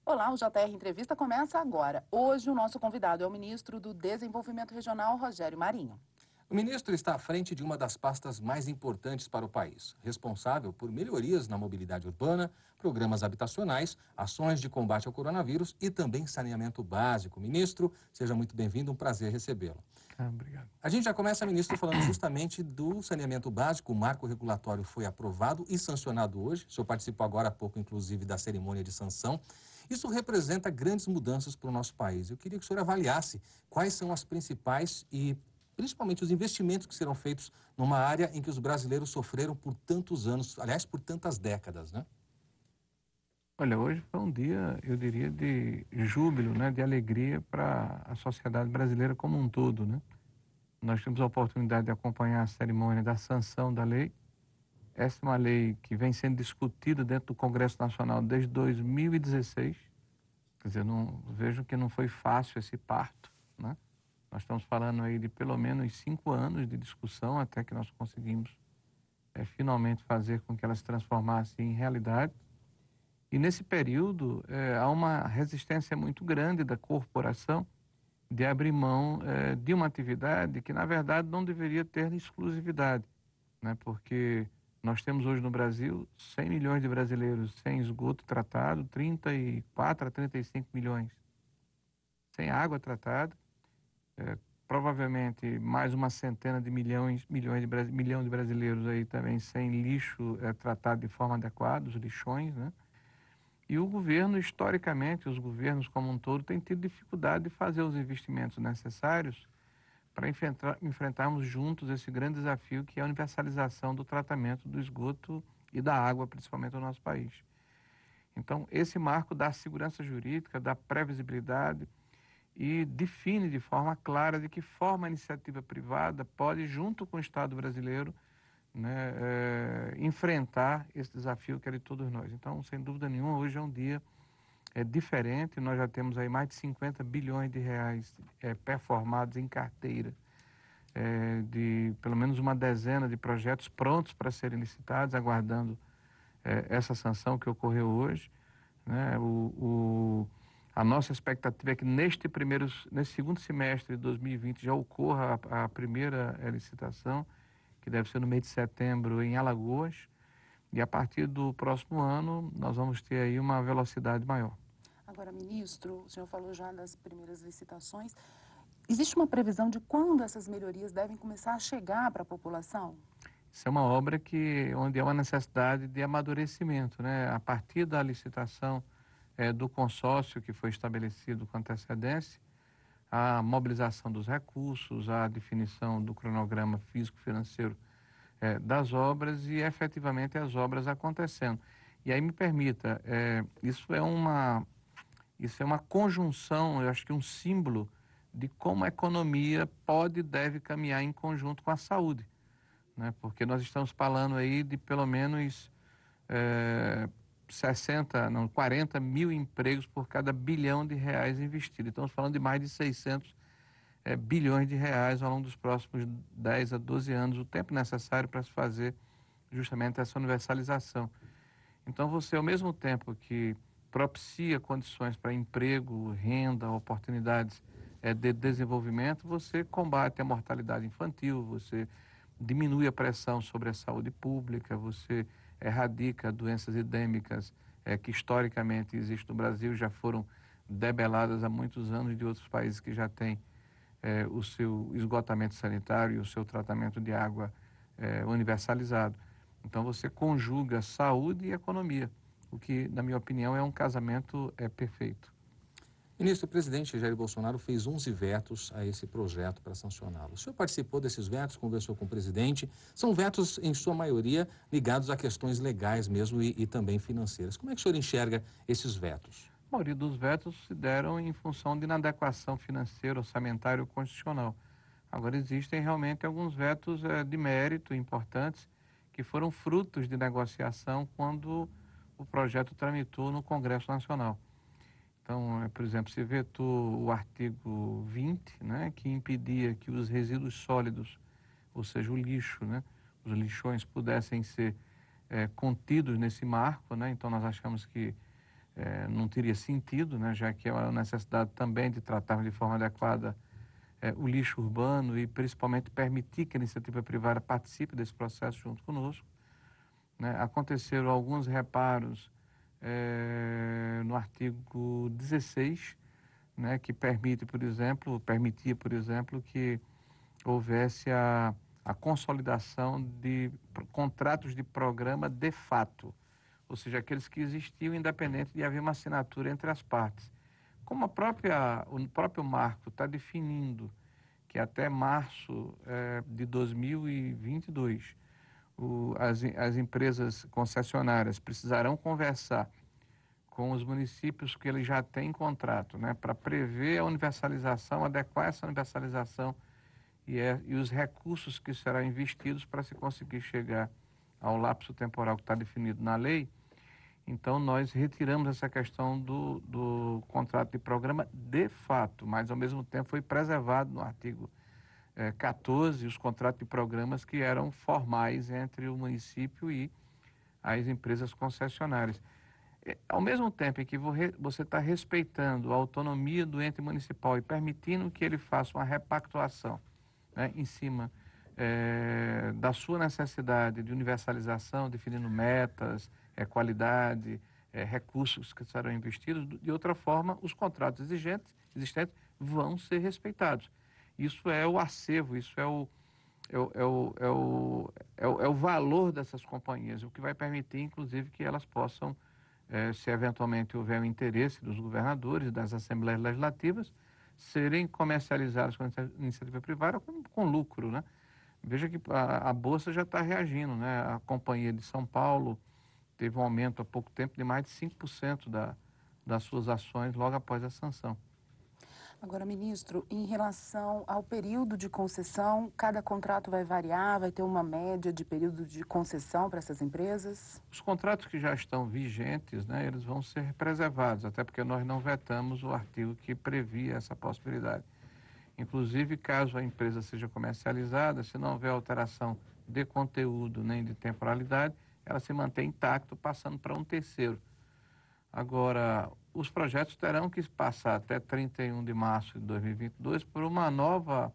Olá, o JR Entrevista começa agora. Hoje o nosso convidado é o ministro do Desenvolvimento Regional, Rogério Marinho. O ministro está à frente de uma das pastas mais importantes para o país, responsável por melhorias na mobilidade urbana, programas habitacionais, ações de combate ao coronavírus e também saneamento básico. Ministro, seja muito bem-vindo, um prazer recebê-lo. Obrigado. A gente já começa, ministro, falando justamente do saneamento básico. O marco regulatório foi aprovado e sancionado hoje. O senhor participou agora há pouco, inclusive, da cerimônia de sanção. Isso representa grandes mudanças para o nosso país. Eu queria que o senhor avaliasse quais são as principais e principalmente os investimentos que serão feitos numa área em que os brasileiros sofreram por tantos anos, aliás, por tantas décadas, né? Olha, hoje foi um dia, eu diria, de júbilo, né, de alegria para a sociedade brasileira como um todo, né? Nós tivemos a oportunidade de acompanhar a cerimônia da sanção da lei. Essa é uma lei que vem sendo discutida dentro do Congresso Nacional desde 2016. Quer dizer, vejo que não foi fácil esse parto, né? Nós estamos falando aí de pelo menos 5 anos de discussão até que nós conseguimos finalmente fazer com que ela se transformasse em realidade. E nesse período há uma resistência muito grande da corporação de abrir mão de uma atividade que, na verdade, não deveria ter exclusividade, né? Porque nós temos hoje no Brasil 100 milhões de brasileiros sem esgoto tratado, 34 a 35 milhões sem água tratada, provavelmente mais uma centena de milhão de brasileiros aí também sem lixo tratado de forma adequada, os lixões, né? E o governo, historicamente, os governos como um todo, têm tido dificuldade de fazer os investimentos necessários para enfrentarmos juntos esse grande desafio que é a universalização do tratamento do esgoto e da água, principalmente no nosso país. Então, esse marco dá segurança jurídica, dá previsibilidade e define de forma clara de que forma a iniciativa privada pode, junto com o Estado brasileiro, né, enfrentar esse desafio que é de todos nós. Então, sem dúvida nenhuma, hoje é um dia diferente. Nós já temos aí mais de 50 bilhões de reais performados em carteira, de pelo menos uma dezena de projetos prontos para serem licitados, aguardando essa sanção que ocorreu hoje, né? A nossa expectativa é que nesse segundo semestre de 2020 já ocorra a primeira licitação, que deve ser no mês de setembro em Alagoas, e a partir do próximo ano nós vamos ter aí uma velocidade maior. Agora, ministro, o senhor falou já das primeiras licitações. Existe uma previsão de quando essas melhorias devem começar a chegar para a população? Isso é uma obra onde há uma necessidade de amadurecimento, né? A partir da licitação do consórcio que foi estabelecido com antecedência, a mobilização dos recursos, a definição do cronograma físico-financeiro das obras e efetivamente as obras acontecendo. E aí me permita, isso é uma conjunção, eu acho que um símbolo de como a economia pode e deve caminhar em conjunto com a saúde, né? Porque nós estamos falando aí de pelo menos 40 mil empregos por cada bilhão de reais investido. Estamos falando de mais de 600 bilhões de reais ao longo dos próximos 10 a 12 anos, o tempo necessário para se fazer justamente essa universalização. Então, você, ao mesmo tempo que propicia condições para emprego, renda, oportunidades de desenvolvimento, você combate a mortalidade infantil, você diminui a pressão sobre a saúde pública, você erradica doenças endêmicas que historicamente existem no Brasil, já foram debeladas há muitos anos de outros países que já têm o seu esgotamento sanitário e o seu tratamento de água universalizado. Então você conjuga saúde e economia, o que, na minha opinião, é um casamento perfeito. Ministro, o presidente Jair Bolsonaro fez 11 vetos a esse projeto para sancioná-lo. O senhor participou desses vetos, conversou com o presidente. São vetos, em sua maioria, ligados a questões legais mesmo e também financeiras. Como é que o senhor enxerga esses vetos? A maioria dos vetos se deram em função de inadequação financeira, orçamentária ou constitucional. Agora, existem realmente alguns vetos de mérito importantes que foram frutos de negociação quando o projeto tramitou no Congresso Nacional. Então, por exemplo, se vetou o artigo 20, né, que impedia que os resíduos sólidos, ou seja, o lixo, né, os lixões pudessem ser contidos nesse marco, né? Então nós achamos que não teria sentido, né, já que é uma necessidade também de tratar de forma adequada o lixo urbano e principalmente permitir que a iniciativa privada participe desse processo junto conosco, né. Aconteceram alguns reparos no artigo 16, né, que permitia, por exemplo, que houvesse a consolidação de contratos de programa de fato, ou seja, aqueles que existiam independente de haver uma assinatura entre as partes. Como o próprio marco está definindo que até março de 2022 as empresas concessionárias precisarão conversar com os municípios que eles já têm contrato, né, para prever a universalização, adequar essa universalização e os recursos que serão investidos para se conseguir chegar ao lapso temporal que está definido na lei. Então, nós retiramos essa questão do contrato de programa de fato, mas ao mesmo tempo foi preservado no artigo 14 os contratos de programas que eram formais entre o município e as empresas concessionárias. Ao mesmo tempo em que você está respeitando a autonomia do ente municipal e permitindo que ele faça uma repactuação, né, em cima da sua necessidade de universalização, definindo metas, qualidade, recursos que serão investidos, de outra forma, os contratos existentes vão ser respeitados. Isso é o acervo, isso é o valor dessas companhias, o que vai permitir, inclusive, que elas possam, se eventualmente houver um interesse dos governadores, das assembleias legislativas, serem comercializadas com iniciativa privada com lucro, né? Veja que a Bolsa já está reagindo, né? A Companhia de São Paulo teve um aumento há pouco tempo de mais de 5% das suas ações logo após a sanção. Agora, ministro, em relação ao período de concessão, cada contrato vai variar, vai ter uma média de período de concessão para essas empresas? Os contratos que já estão vigentes, né, eles vão ser preservados, até porque nós não vetamos o artigo que previa essa possibilidade. Inclusive, caso a empresa seja comercializada, se não houver alteração de conteúdo nem de temporalidade, ela se mantém intacto, passando para um terceiro. Agora, os projetos terão que passar até 31 de março de 2022 por uma nova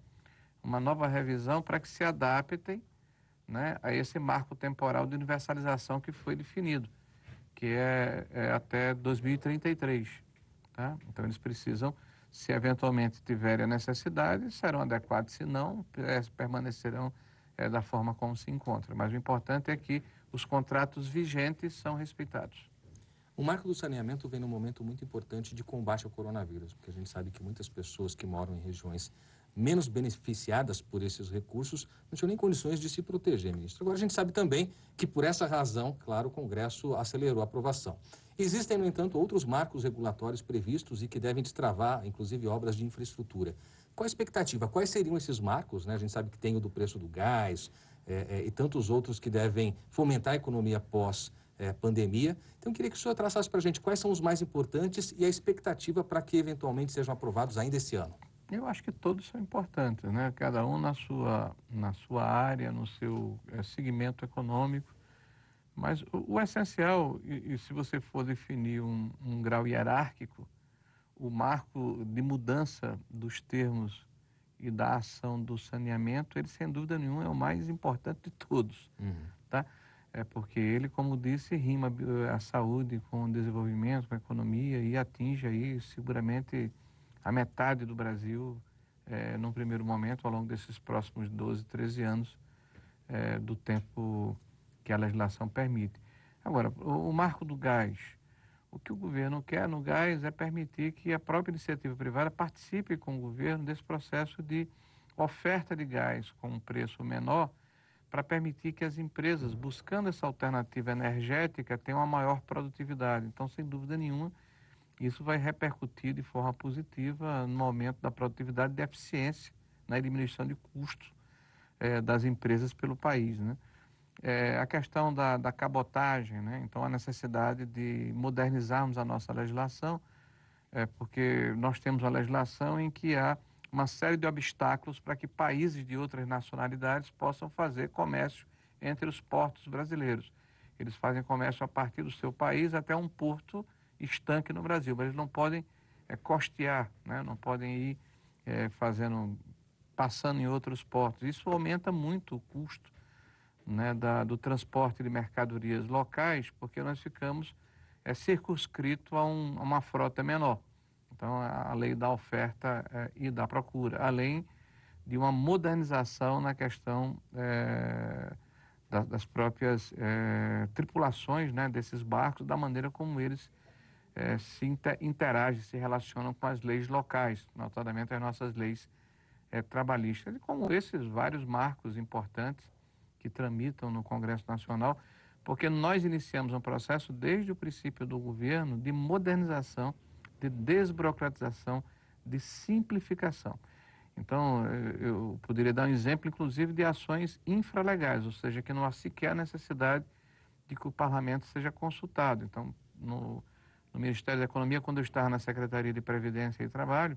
revisão para que se adaptem, né, a esse marco temporal de universalização que foi definido, que é até 2033. Tá? Então, eles precisam, se eventualmente tiverem a necessidade, serão adequados, se não, permanecerão da forma como se encontra. Mas o importante é que os contratos vigentes são respeitados. O marco do saneamento vem num momento muito importante de combate ao coronavírus, porque a gente sabe que muitas pessoas que moram em regiões menos beneficiadas por esses recursos não tinham nem condições de se proteger, ministro. Agora, a gente sabe também que, por essa razão, claro, o Congresso acelerou a aprovação. Existem, no entanto, outros marcos regulatórios previstos e que devem destravar, inclusive, obras de infraestrutura. Qual a expectativa? Quais seriam esses marcos, né? A gente sabe que tem o do preço do gás e tantos outros que devem fomentar a economia pós-pandemia. Então, eu queria que o senhor traçasse para a gente quais são os mais importantes e a expectativa para que, eventualmente, sejam aprovados ainda esse ano. Eu acho que todos são importantes, né? Cada um na sua área, no seu segmento econômico. Mas o essencial, e se você for definir um grau hierárquico, o marco de mudança dos termos e da ação do saneamento, ele, sem dúvida nenhuma, é o mais importante de todos. Tá? Porque ele, como disse, rima a saúde com o desenvolvimento, com a economia e atinge aí seguramente a metade do Brasil, num primeiro momento, ao longo desses próximos 12, 13 anos do tempo que a legislação permite. Agora, o marco do gás. O que o governo quer no gás é permitir que a própria iniciativa privada participe com o governo desse processo de oferta de gás com um preço menor, para permitir que as empresas, buscando essa alternativa energética, tenham uma maior produtividade. Então, sem dúvida nenhuma, isso vai repercutir de forma positiva no aumento da produtividade e da eficiência, na diminuição de custos das empresas pelo país, né? A questão da cabotagem, né? Então, a necessidade de modernizarmos a nossa legislação, porque nós temos uma legislação em que há uma série de obstáculos para que países de outras nacionalidades possam fazer comércio entre os portos brasileiros. Eles fazem comércio a partir do seu país até um porto estanque no Brasil, mas eles não podem costear, né? Não podem ir passando em outros portos. Isso aumenta muito o custo, né, do transporte de mercadorias locais, porque nós ficamos circunscrito a uma frota menor. Então, a lei da oferta e da procura, além de uma modernização na questão das próprias tripulações, né, desses barcos, da maneira como eles se interagem, se relacionam com as leis locais, notadamente as nossas leis trabalhistas, e como esses vários marcos importantes que tramitam no Congresso Nacional, porque nós iniciamos um processo desde o princípio do governo de modernização, de desburocratização, de simplificação. Então, eu poderia dar um exemplo, inclusive, de ações infralegais, ou seja, que não há sequer necessidade de que o parlamento seja consultado. Então, no Ministério da Economia, quando eu estava na Secretaria de Previdência e Trabalho,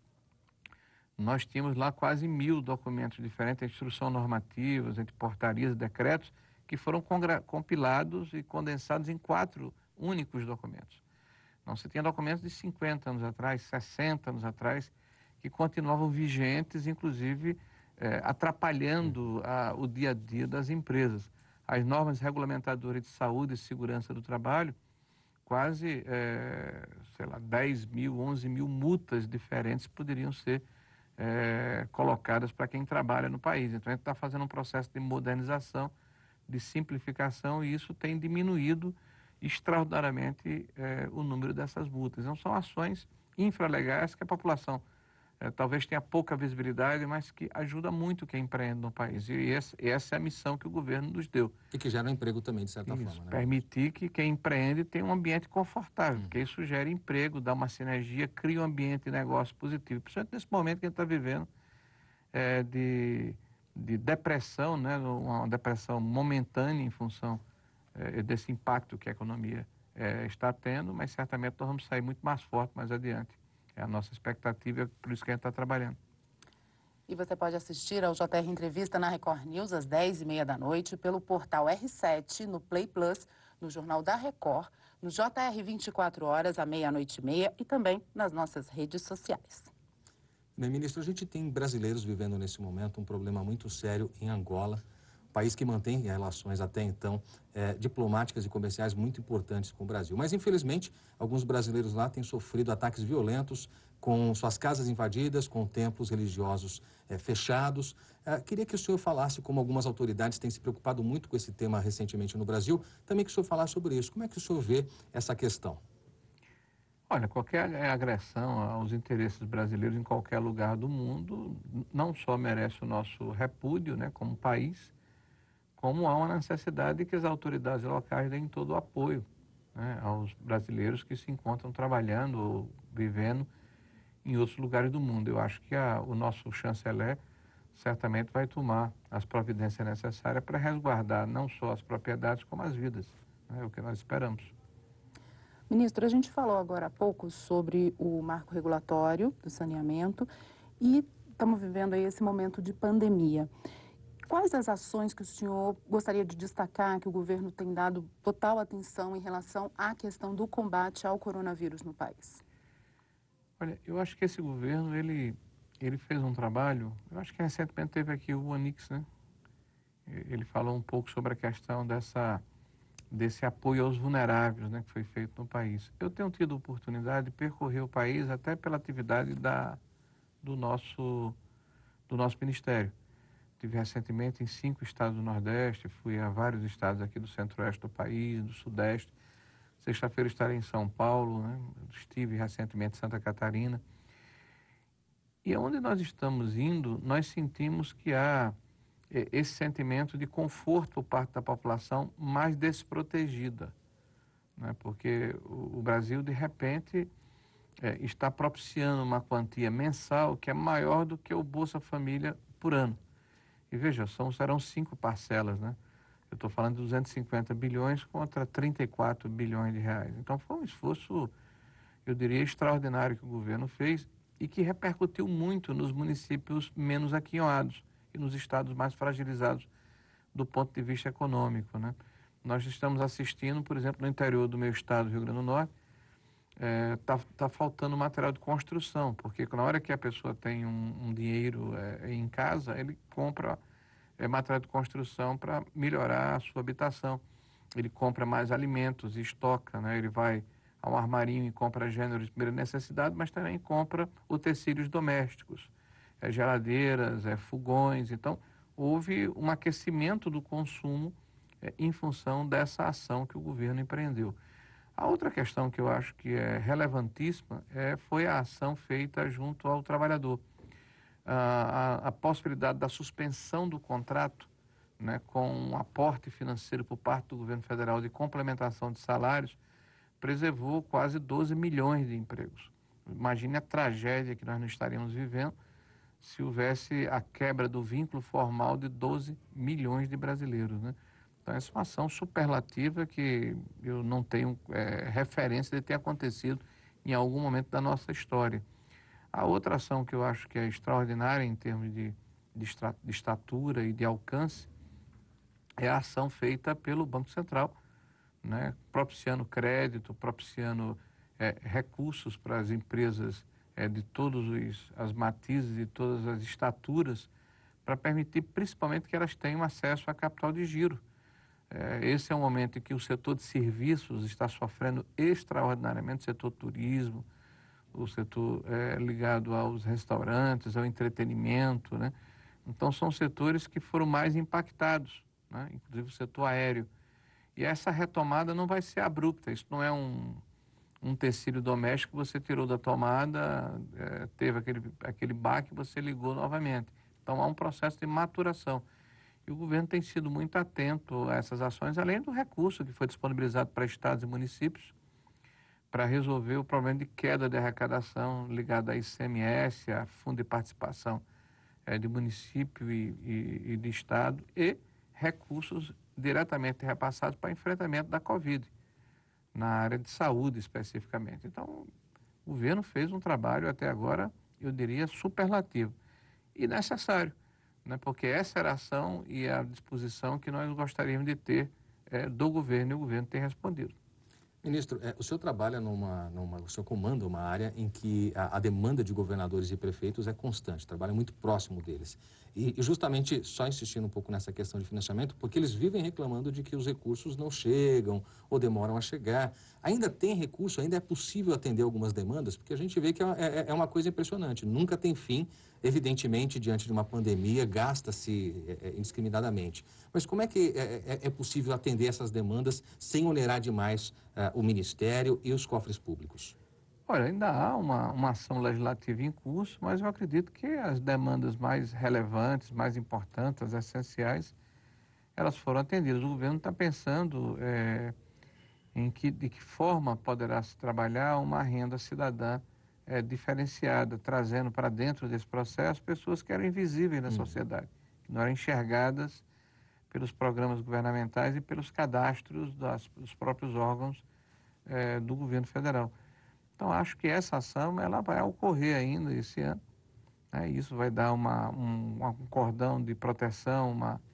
nós tínhamos lá quase 1000 documentos diferentes, instruções normativas, entre portarias e decretos, que foram compilados e condensados em 4 únicos documentos. Não, você tinha documentos de 50 anos atrás, 60 anos atrás, que continuavam vigentes, inclusive atrapalhando o dia a dia das empresas. As normas regulamentadoras de saúde e segurança do trabalho, quase, 10 mil, 11 mil multas diferentes poderiam ser colocadas para quem trabalha no país. Então, a gente está fazendo um processo de modernização, de simplificação, e isso tem diminuído extraordinariamente o número dessas multas. Então, são ações infralegais que a população talvez tenha pouca visibilidade, mas que ajuda muito quem empreende no país. E essa é a missão que o governo nos deu. E que gera um emprego também, de certa forma, né? Permitir que quem empreende tenha um ambiente confortável, porque isso gera emprego, dá uma sinergia, cria um ambiente de negócio positivo. Principalmente nesse momento que a gente está vivendo de depressão, né? Uma depressão momentânea em função desse impacto que a economia está tendo, mas certamente nós vamos sair muito mais forte mais adiante. É a nossa expectativa, é por isso que a gente está trabalhando. E você pode assistir ao JR Entrevista na Record News às 10h30 da noite, pelo portal R7, no Play Plus, no Jornal da Record, no JR 24 horas, à 00h30 e também nas nossas redes sociais. Bem, ministro, a gente tem brasileiros vivendo nesse momento um problema muito sério em Angola, país que mantém relações até então diplomáticas e comerciais muito importantes com o Brasil. Mas, infelizmente, alguns brasileiros lá têm sofrido ataques violentos, com suas casas invadidas, com templos religiosos fechados. Queria que o senhor falasse como algumas autoridades têm se preocupado muito com esse tema recentemente no Brasil, também que o senhor falasse sobre isso. Como é que o senhor vê essa questão? Olha, qualquer agressão aos interesses brasileiros em qualquer lugar do mundo não só merece o nosso repúdio, né, como país, como há uma necessidade de que as autoridades locais deem todo o apoio, né, aos brasileiros que se encontram trabalhando ou vivendo em outros lugares do mundo. Eu acho que o nosso chanceler certamente vai tomar as providências necessárias para resguardar não só as propriedades, como as vidas. É o que nós esperamos. Ministro, a gente falou agora há pouco sobre o marco regulatório do saneamento e estamos vivendo aí esse momento de pandemia. Quais as ações que o senhor gostaria de destacar que o governo tem dado total atenção em relação à questão do combate ao coronavírus no país? Olha, eu acho que esse governo, ele fez um trabalho, eu acho que recentemente teve aqui o Onix, né? Ele falou um pouco sobre a questão desse apoio aos vulneráveis, né, que foi feito no país. Eu tenho tido a oportunidade de percorrer o país até pela atividade do nosso ministério. Estive recentemente em 5 estados do Nordeste, fui a vários estados aqui do Centro-Oeste do país, do Sudeste. Sexta-feira estarei em São Paulo, né? Estive recentemente em Santa Catarina. E onde nós estamos indo, nós sentimos que há esse sentimento de conforto por parte da população mais desprotegida, né? Porque o Brasil, de repente, está propiciando uma quantia mensal que é maior do que o Bolsa Família por ano. E veja, serão 5 parcelas, né? Eu estou falando de 250 bilhões contra 34 bilhões de reais. Então foi um esforço, eu diria, extraordinário que o governo fez e que repercutiu muito nos municípios menos aquinhoados e nos estados mais fragilizados do ponto de vista econômico, né? Nós estamos assistindo, por exemplo, no interior do meu estado, Rio Grande do Norte, tá faltando material de construção, porque na hora que a pessoa tem um dinheiro em casa, ele compra material de construção para melhorar a sua habitação. Ele compra mais alimentos e estoca, né? Ele vai ao armarinho e compra gêneros de primeira necessidade, mas também compra utensílios domésticos, geladeiras, fogões. Então, houve um aquecimento do consumo em função dessa ação que o governo empreendeu. A outra questão que eu acho que é relevantíssima foi a ação feita junto ao trabalhador. A possibilidade da suspensão do contrato, né, com um aporte financeiro por parte do governo federal de complementação de salários, preservou quase 12 milhões de empregos. Imagine a tragédia que nós não estaríamos vivendo se houvesse a quebra do vínculo formal de 12 milhões de brasileiros, né? Então, essa é uma ação superlativa que eu não tenho referência de ter acontecido em algum momento da nossa história. A outra ação que eu acho que é extraordinária em termos de estatura e de alcance é a ação feita pelo Banco Central, né, propiciando crédito, propiciando recursos para as empresas de todos as matizes e todas as estaturas, para permitir principalmente que elas tenham acesso a capital de giro. Esse é um momento em que o setor de serviços está sofrendo extraordinariamente, o setor turismo, o setor ligado aos restaurantes, ao entretenimento, né? Então, são setores que foram mais impactados, né? Inclusive o setor aéreo. E essa retomada não vai ser abrupta, isso não é um tecido doméstico que você tirou da tomada, teve aquele baque, você ligou novamente. Então, há um processo de maturação. E o governo tem sido muito atento a essas ações, além do recurso que foi disponibilizado para estados e municípios para resolver o problema de queda de arrecadação ligado a ICMS, a Fundo de Participação de município e de estado, e recursos diretamente repassados para enfrentamento da Covid, na área de saúde especificamente. Então, o governo fez um trabalho até agora, eu diria, superlativo e necessário, né? Porque essa era a ação e a disposição que nós gostaríamos de ter do governo, e o governo tem respondido. Ministro, o senhor trabalha o senhor comanda uma área em que a demanda de governadores e prefeitos é constante, trabalha muito próximo deles. E justamente, só insistindo um pouco nessa questão de financiamento, porque eles vivem reclamando de que os recursos não chegam ou demoram a chegar. Ainda tem recurso, ainda é possível atender algumas demandas, porque a gente vê que é uma coisa impressionante, nunca tem fim. Evidentemente, diante de uma pandemia, gasta-se indiscriminadamente. Mas como é que é possível atender essas demandas sem onerar demais o Ministério e os cofres públicos? Olha, ainda há uma ação legislativa em curso, mas eu acredito que as demandas mais relevantes, mais importantes, as essenciais, elas foram atendidas. O governo está pensando de que forma poderá se trabalhar uma renda cidadã diferenciada, trazendo para dentro desse processo pessoas que eram invisíveis na sociedade, que não eram enxergadas pelos programas governamentais e pelos cadastros dos próprios órgãos do governo federal. Então, acho que essa ação ela vai ocorrer ainda esse ano, né? Isso vai dar um cordão de proteção,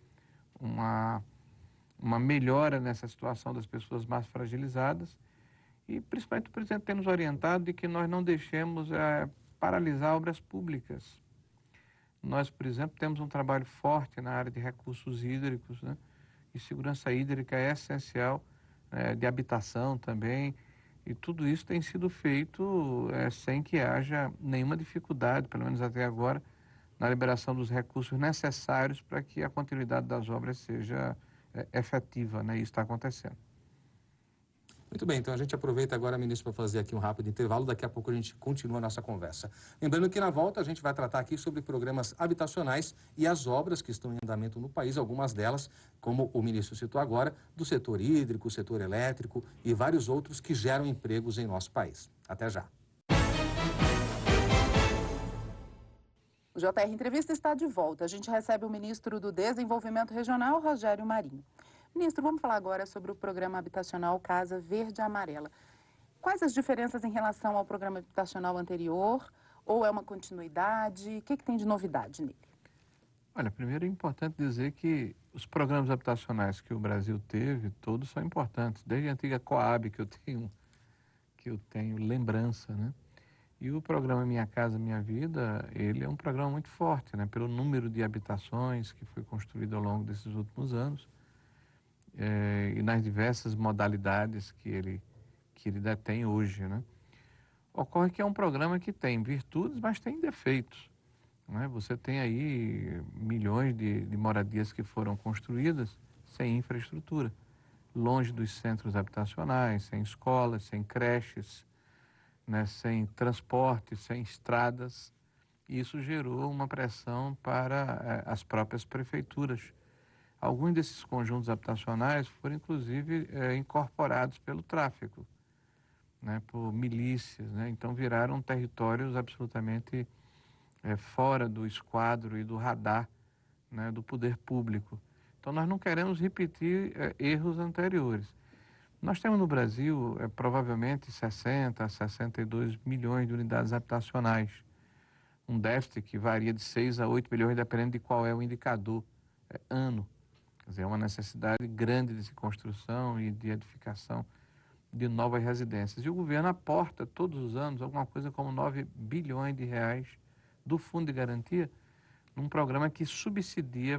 uma melhora nessa situação das pessoas mais fragilizadas. E, principalmente, o presidente tem nos orientado de que nós não deixemos paralisar obras públicas. Nós, por exemplo, temos um trabalho forte na área de recursos hídricos, né? E segurança hídrica é essencial, de habitação também. E tudo isso tem sido feito sem que haja nenhuma dificuldade, pelo menos até agora, na liberação dos recursos necessários para que a continuidade das obras seja efetiva, né? Isso está acontecendo. Muito bem, então a gente aproveita agora, ministro, para fazer aqui um rápido intervalo. Daqui a pouco a gente continua a nossa conversa. Lembrando que na volta a gente vai tratar aqui sobre programas habitacionais e as obras que estão em andamento no país, algumas delas, como o ministro citou agora, do setor hídrico, setor elétrico e vários outros que geram empregos em nosso país. Até já. O JR Entrevista está de volta. A gente recebe o ministro do Desenvolvimento Regional, Rogério Marinho. Ministro, vamos falar agora sobre o programa habitacional Casa Verde e Amarela. Quais as diferenças em relação ao programa habitacional anterior? Ou é uma continuidade? O que tem de novidade nele? Olha, primeiro é importante dizer que os programas habitacionais que o Brasil teve, todos são importantes. Desde a antiga Coab, que que eu tenho lembrança, né? E o programa Minha Casa Minha Vida, ele é um programa muito forte, né? Pelo número de habitações que foi construído ao longo desses últimos anos e nas diversas modalidades que ele detém hoje, né? Ocorre que é um programa que tem virtudes, mas tem defeitos, né? Você tem aí milhões de moradias que foram construídas sem infraestrutura, longe dos centros habitacionais, sem escolas, sem creches, né? Sem transporte, sem estradas. E isso gerou uma pressão para as próprias prefeituras. Alguns desses conjuntos habitacionais foram, inclusive, incorporados pelo tráfico, né, por milícias, né? Então viraram territórios absolutamente fora do esquadro e do radar, né, do poder público. Então nós não queremos repetir erros anteriores. Nós temos no Brasil provavelmente 60 a 62 milhões de unidades habitacionais, um déficit que varia de 6 a 8 milhões, dependendo de qual é o indicador ano. Quer dizer, é uma necessidade grande de construção e de edificação de novas residências. E o governo aporta todos os anos alguma coisa como 9 bilhões de reais do Fundo de Garantia num programa que subsidia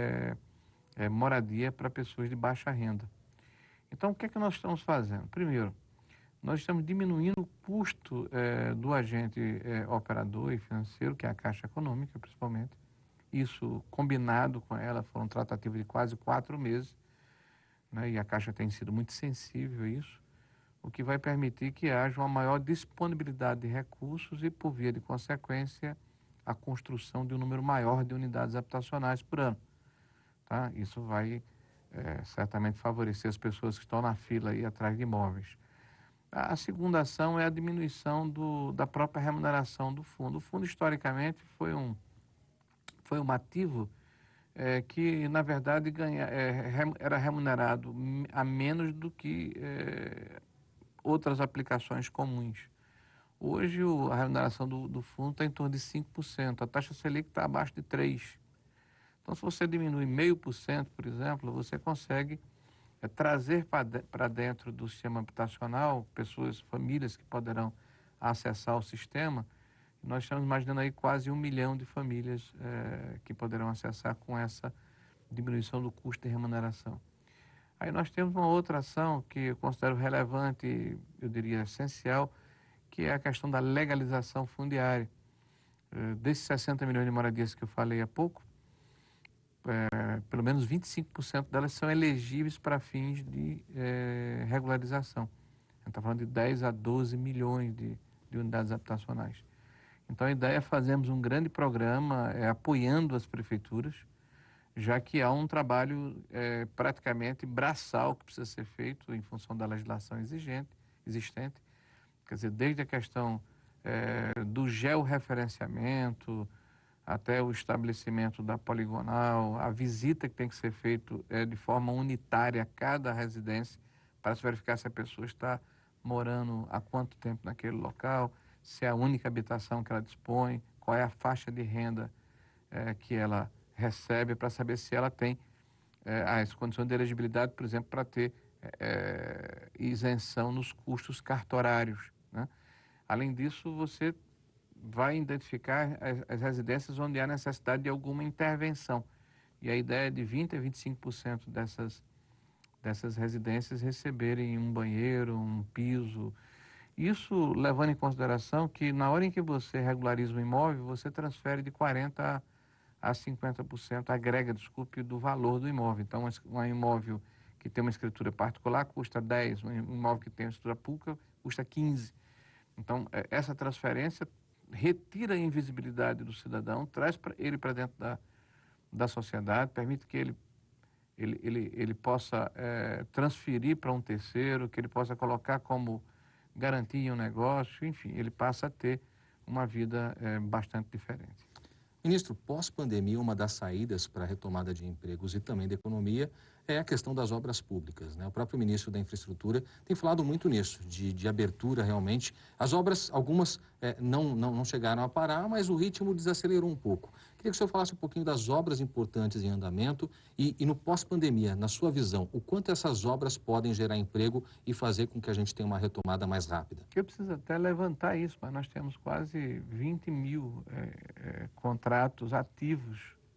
moradia para pessoas de baixa renda. Então, o que é que nós estamos fazendo? Primeiro, nós estamos diminuindo o custo do agente operador e financeiro, que é a Caixa Econômica, principalmente. Isso, combinado com ela, foram tratativas de quase 4 meses, né? E a Caixa tem sido muito sensível a isso, o que vai permitir que haja uma maior disponibilidade de recursos e, por via de consequência, a construção de um número maior de unidades habitacionais por ano. Tá? Isso vai certamente favorecer as pessoas que estão na fila aí atrás de imóveis. A segunda ação é a diminuição da própria remuneração do fundo. O fundo, historicamente, foi um ativo que, na verdade, era remunerado a menos do que outras aplicações comuns. Hoje, a remuneração do fundo está em torno de 5%, a taxa Selic está abaixo de 3%. Então, se você diminui 0,5%, por exemplo, você consegue trazer para dentro do sistema habitacional pessoas, famílias que poderão acessar o sistema. Nós estamos imaginando aí quase 1 milhão de famílias que poderão acessar com essa diminuição do custo de remuneração. Aí nós temos uma outra ação que eu considero relevante, eu diria essencial, que é a questão da legalização fundiária. Desses 60 milhões de moradias que eu falei há pouco, pelo menos 25% delas são elegíveis para fins de regularização. A gente está falando de 10 a 12 milhões de unidades habitacionais. Então a ideia é fazermos um grande programa apoiando as prefeituras, já que há um trabalho praticamente braçal que precisa ser feito em função da legislação existente. Quer dizer, desde a questão do georreferenciamento até o estabelecimento da poligonal, a visita que tem que ser feita de forma unitária a cada residência para se verificar se a pessoa está morando há quanto tempo naquele local, se é a única habitação que ela dispõe, qual é a faixa de renda que ela recebe, para saber se ela tem as condições de elegibilidade, por exemplo, para ter isenção nos custos cartorários, né? Além disso, você vai identificar as residências onde há necessidade de alguma intervenção. E a ideia é de 20% a 25% dessas residências receberem um banheiro, um piso. Isso levando em consideração que na hora em que você regulariza o imóvel, você transfere de 40% a 50%, agrega, desculpe, do valor do imóvel. Então, um imóvel que tem uma escritura particular custa 10, um imóvel que tem uma escritura pública custa 15. Então, essa transferência retira a invisibilidade do cidadão, traz ele para dentro da sociedade, permite que ele possa transferir para um terceiro, que ele possa colocar como garantia em um negócio, enfim, ele passa a ter uma vida bastante diferente. Ministro, pós-pandemia, uma das saídas para a retomada de empregos e também da economia é a questão das obras públicas, né? O próprio ministro da Infraestrutura tem falado muito nisso, de abertura realmente. As obras, algumas não chegaram a parar, mas o ritmo desacelerou um pouco. Queria que o senhor falasse um pouquinho das obras importantes em andamento e no pós-pandemia, na sua visão, o quanto essas obras podem gerar emprego e fazer com que a gente tenha uma retomada mais rápida. Eu preciso até levantar isso, mas nós temos quase 20 mil contratos ativos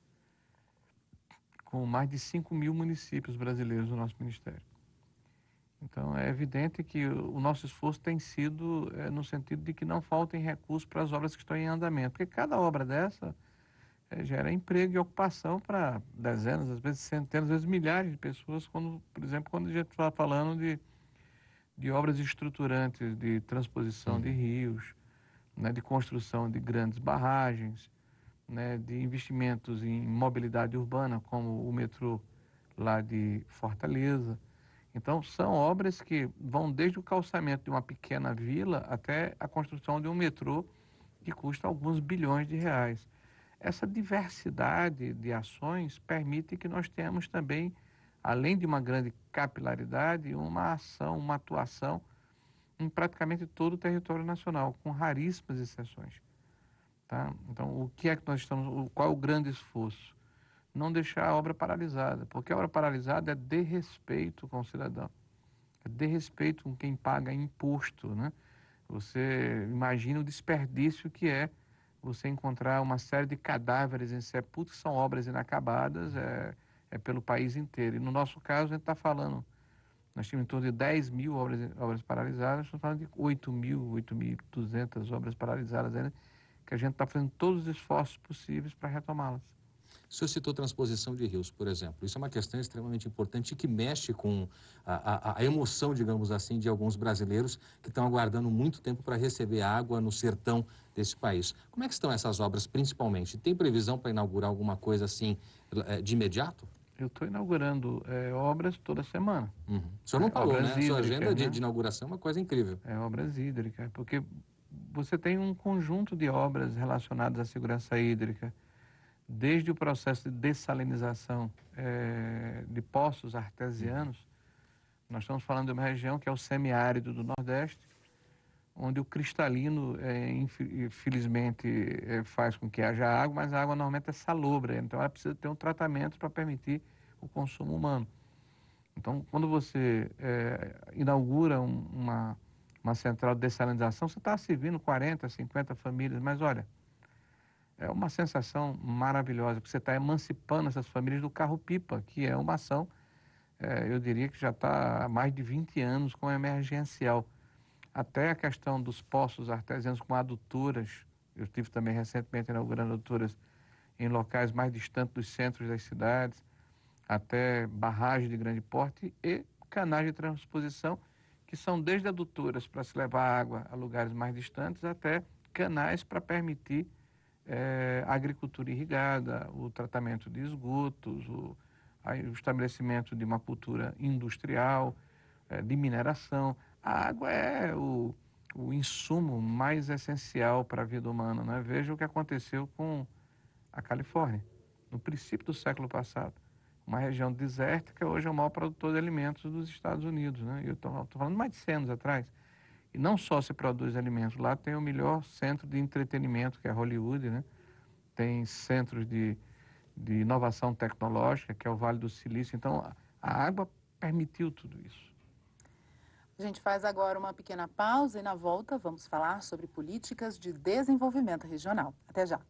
com mais de 5 mil municípios brasileiros do nosso Ministério. Então, é evidente que o nosso esforço tem sido no sentido de que não faltem recursos para as obras que estão em andamento, porque cada obra dessa gera emprego e ocupação para dezenas, às vezes centenas, às vezes milhares de pessoas, quando, por exemplo, quando a gente está falando de obras estruturantes de transposição de rios, né, de construção de grandes barragens, né, de investimentos em mobilidade urbana, como o metrô lá de Fortaleza. Então, são obras que vão desde o calçamento de uma pequena vila até a construção de um metrô que custa alguns bilhões de reais. Essa diversidade de ações permite que nós tenhamos também, além de uma grande capilaridade, uma ação, uma atuação em praticamente todo o território nacional, com raríssimas exceções. Tá? Então, o que é que nós estamos, qual é o grande esforço? Não deixar a obra paralisada, porque a obra paralisada é desrespeito com o cidadão, é desrespeito com quem paga imposto, né? Você imagina o desperdício que é você encontrar uma série de cadáveres em sepulcros que são obras inacabadas pelo país inteiro. E no nosso caso, a gente está falando, nós tínhamos em torno de 10 mil obras paralisadas, estamos falando de 8.200 obras paralisadas ainda, que a gente está fazendo todos os esforços possíveis para retomá-las. O senhor citou transposição de rios, por exemplo. Isso é uma questão extremamente importante e que mexe com a emoção, digamos assim, de alguns brasileiros que estão aguardando muito tempo para receber água no sertão desse país. Como é que estão essas obras, principalmente? Tem previsão para inaugurar alguma coisa assim de imediato? Eu estou inaugurando obras toda semana. Uhum. O senhor não parou, né? A sua agenda né? de inauguração é uma coisa incrível. Obras hídricas, porque você tem um conjunto de obras relacionadas à segurança hídrica, desde o processo de dessalinização de poços artesianos. Nós estamos falando de uma região que é o semiárido do Nordeste, onde o cristalino, infelizmente, faz com que haja água, mas a água normalmente é salobra, então ela precisa ter um tratamento para permitir o consumo humano. Então, quando você inaugura uma central de dessalinização, você está servindo 40, 50 famílias, mas olha, é uma sensação maravilhosa, porque você está emancipando essas famílias do carro-pipa, que é uma ação, eu diria que já está há mais de 20 anos como emergencial. Até a questão dos poços artesianos com adutoras, eu estive também recentemente inaugurando adutoras em locais mais distantes dos centros das cidades, até barragens de grande porte e canais de transposição, que são desde adutoras para se levar água a lugares mais distantes, até canais para permitir a agricultura irrigada, o tratamento de esgotos, o estabelecimento de uma cultura industrial, de mineração. A água é o insumo mais essencial para a vida humana, né? Veja o que aconteceu com a Califórnia, no princípio do século passado. Uma região desértica, hoje é o maior produtor de alimentos dos Estados Unidos, né? Eu estou falando mais de 100 anos atrás. E não só se produz alimentos, lá tem o melhor centro de entretenimento, que é Hollywood, né? Tem centros de inovação tecnológica, que é o Vale do Silício. Então, a água permitiu tudo isso. A gente faz agora uma pequena pausa e na volta vamos falar sobre políticas de desenvolvimento regional. Até já.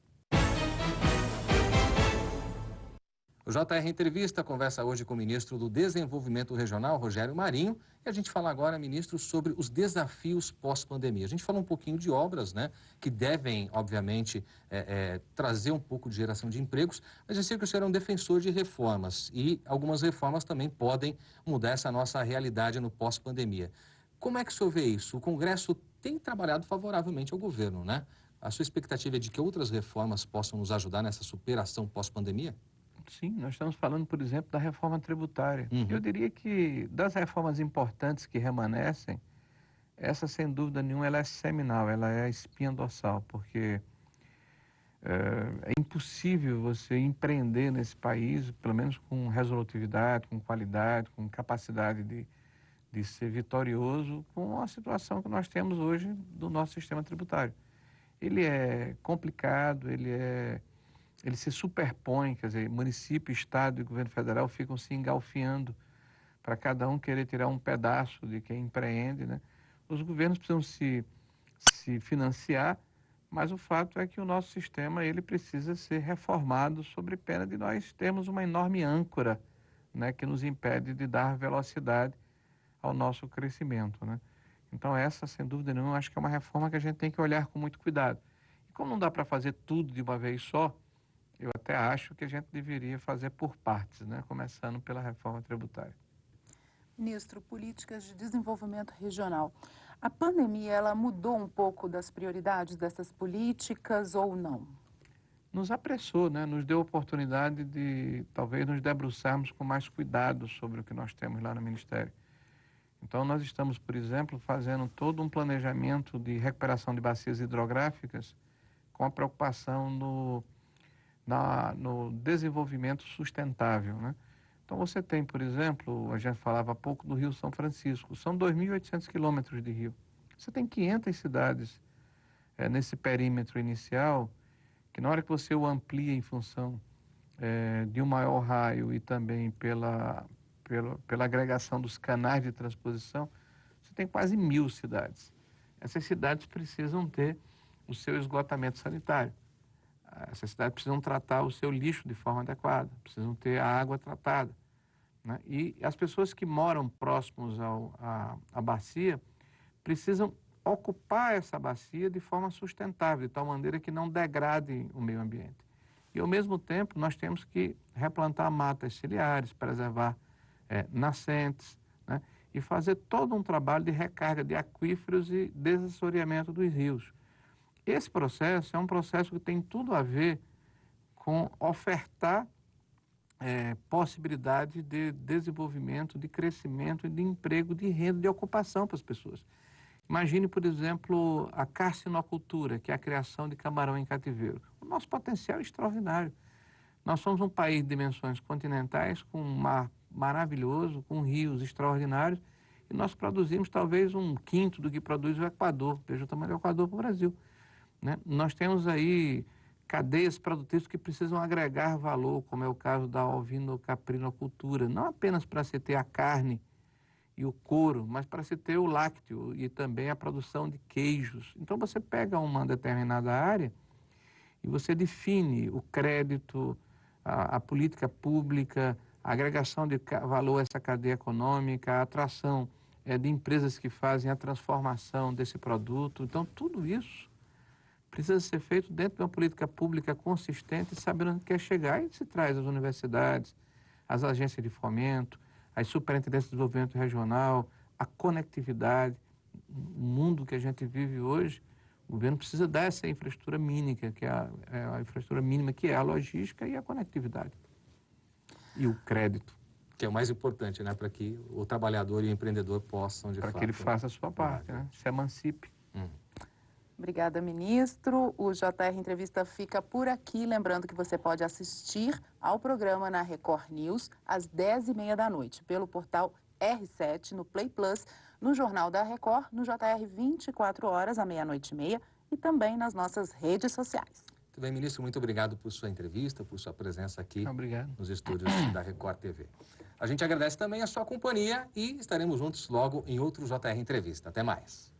O JR Entrevista conversa hoje com o ministro do Desenvolvimento Regional, Rogério Marinho, e a gente fala agora, ministro, sobre os desafios pós-pandemia. A gente falou um pouquinho de obras, né, que devem, obviamente, trazer um pouco de geração de empregos, mas eu sei que o senhor é um defensor de reformas e algumas reformas também podem mudar essa nossa realidade no pós-pandemia. Como é que o senhor vê isso? O Congresso tem trabalhado favoravelmente ao governo, né? A sua expectativa é de que outras reformas possam nos ajudar nessa superação pós-pandemia? Sim, nós estamos falando, por exemplo, da reforma tributária. Uhum. Eu diria que das reformas importantes que remanescem, essa, sem dúvida nenhuma, ela é seminal, ela é a espinha dorsal, porque É impossível você empreender nesse país, pelo menos com resolutividade, com qualidade, com capacidade de ser vitorioso com a situação que nós temos hoje do nosso sistema tributário. Ele é complicado, ele se superpõe, quer dizer, município, estado e governo federal ficam se engalfiando para cada um querer tirar um pedaço de quem empreende, né? Os governos precisam se financiar, mas o fato é que o nosso sistema ele precisa ser reformado sob pena de nós termos uma enorme âncora, né, que nos impede de dar velocidade ao nosso crescimento, né? Então essa, sem dúvida nenhuma, acho que é uma reforma que a gente tem que olhar com muito cuidado. E como não dá para fazer tudo de uma vez só, eu até acho que a gente deveria fazer por partes, né? Começando pela reforma tributária. Ministro, políticas de desenvolvimento regional. A pandemia, ela mudou um pouco das prioridades dessas políticas ou não? Nos apressou, né? Nos deu a oportunidade de talvez nos debruçarmos com mais cuidado sobre o que nós temos lá no Ministério. Então, nós estamos, por exemplo, fazendo todo um planejamento de recuperação de bacias hidrográficas com a preocupação no desenvolvimento sustentável, né? Então, você tem, por exemplo, a gente falava há pouco do Rio São Francisco, são 2.800 quilômetros de rio. Você tem 500 cidades nesse perímetro inicial, que na hora que você o amplia em função de um maior raio e também pela agregação dos canais de transposição, você tem quase 1.000 cidades. Essas cidades precisam ter o seu esgotamento sanitário. Essas cidades precisam tratar o seu lixo de forma adequada, precisam ter a água tratada, né? E as pessoas que moram próximos à bacia precisam ocupar essa bacia de forma sustentável, de tal maneira que não degrade o meio ambiente. E, ao mesmo tempo, nós temos que replantar matas ciliares, preservar nascentes, né? E fazer todo um trabalho de recarga de aquíferos e desassoreamento dos rios. Esse processo é um processo que tem tudo a ver com ofertar possibilidade de desenvolvimento, de crescimento, de emprego, de renda, de ocupação para as pessoas. Imagine, por exemplo, a carcinocultura, que é a criação de camarão em cativeiro. O nosso potencial é extraordinário. Nós somos um país de dimensões continentais, com um mar maravilhoso, com rios extraordinários, e nós produzimos talvez 1/5 do que produz o Equador. Veja o tamanho do Equador para o Brasil, né? Nós temos aí cadeias produtivas que precisam agregar valor, como é o caso da ovino-caprinocultura, não apenas para se ter a carne e o couro, mas para se ter o lácteo e também a produção de queijos. Então você pega uma determinada área e você define o crédito, a política pública, a agregação de valor a essa cadeia econômica, a atração de empresas que fazem a transformação desse produto. Então tudo isso precisa ser feito dentro de uma política pública consistente, sabendo onde quer chegar. E se traz as universidades, as agências de fomento, as superintendências de desenvolvimento regional, a conectividade. O mundo que a gente vive hoje, o governo precisa dar essa infraestrutura mínima, que é a infraestrutura mínima, que é a logística e a conectividade. E o crédito. Que é o mais importante, né? Para que o trabalhador e o empreendedor possam, de fato... Para que ele faça a sua parte, né? Se emancipe. Obrigada, ministro. O JR Entrevista fica por aqui. Lembrando que você pode assistir ao programa na Record News às 10h30 da noite, pelo portal R7, no Play Plus, no Jornal da Record, no JR 24 horas, à 00h30 e também nas nossas redes sociais. Muito bem, ministro. Muito obrigado por sua entrevista, por sua presença aqui nos estúdios da Record TV. A gente agradece também a sua companhia e estaremos juntos logo em outro JR Entrevista. Até mais.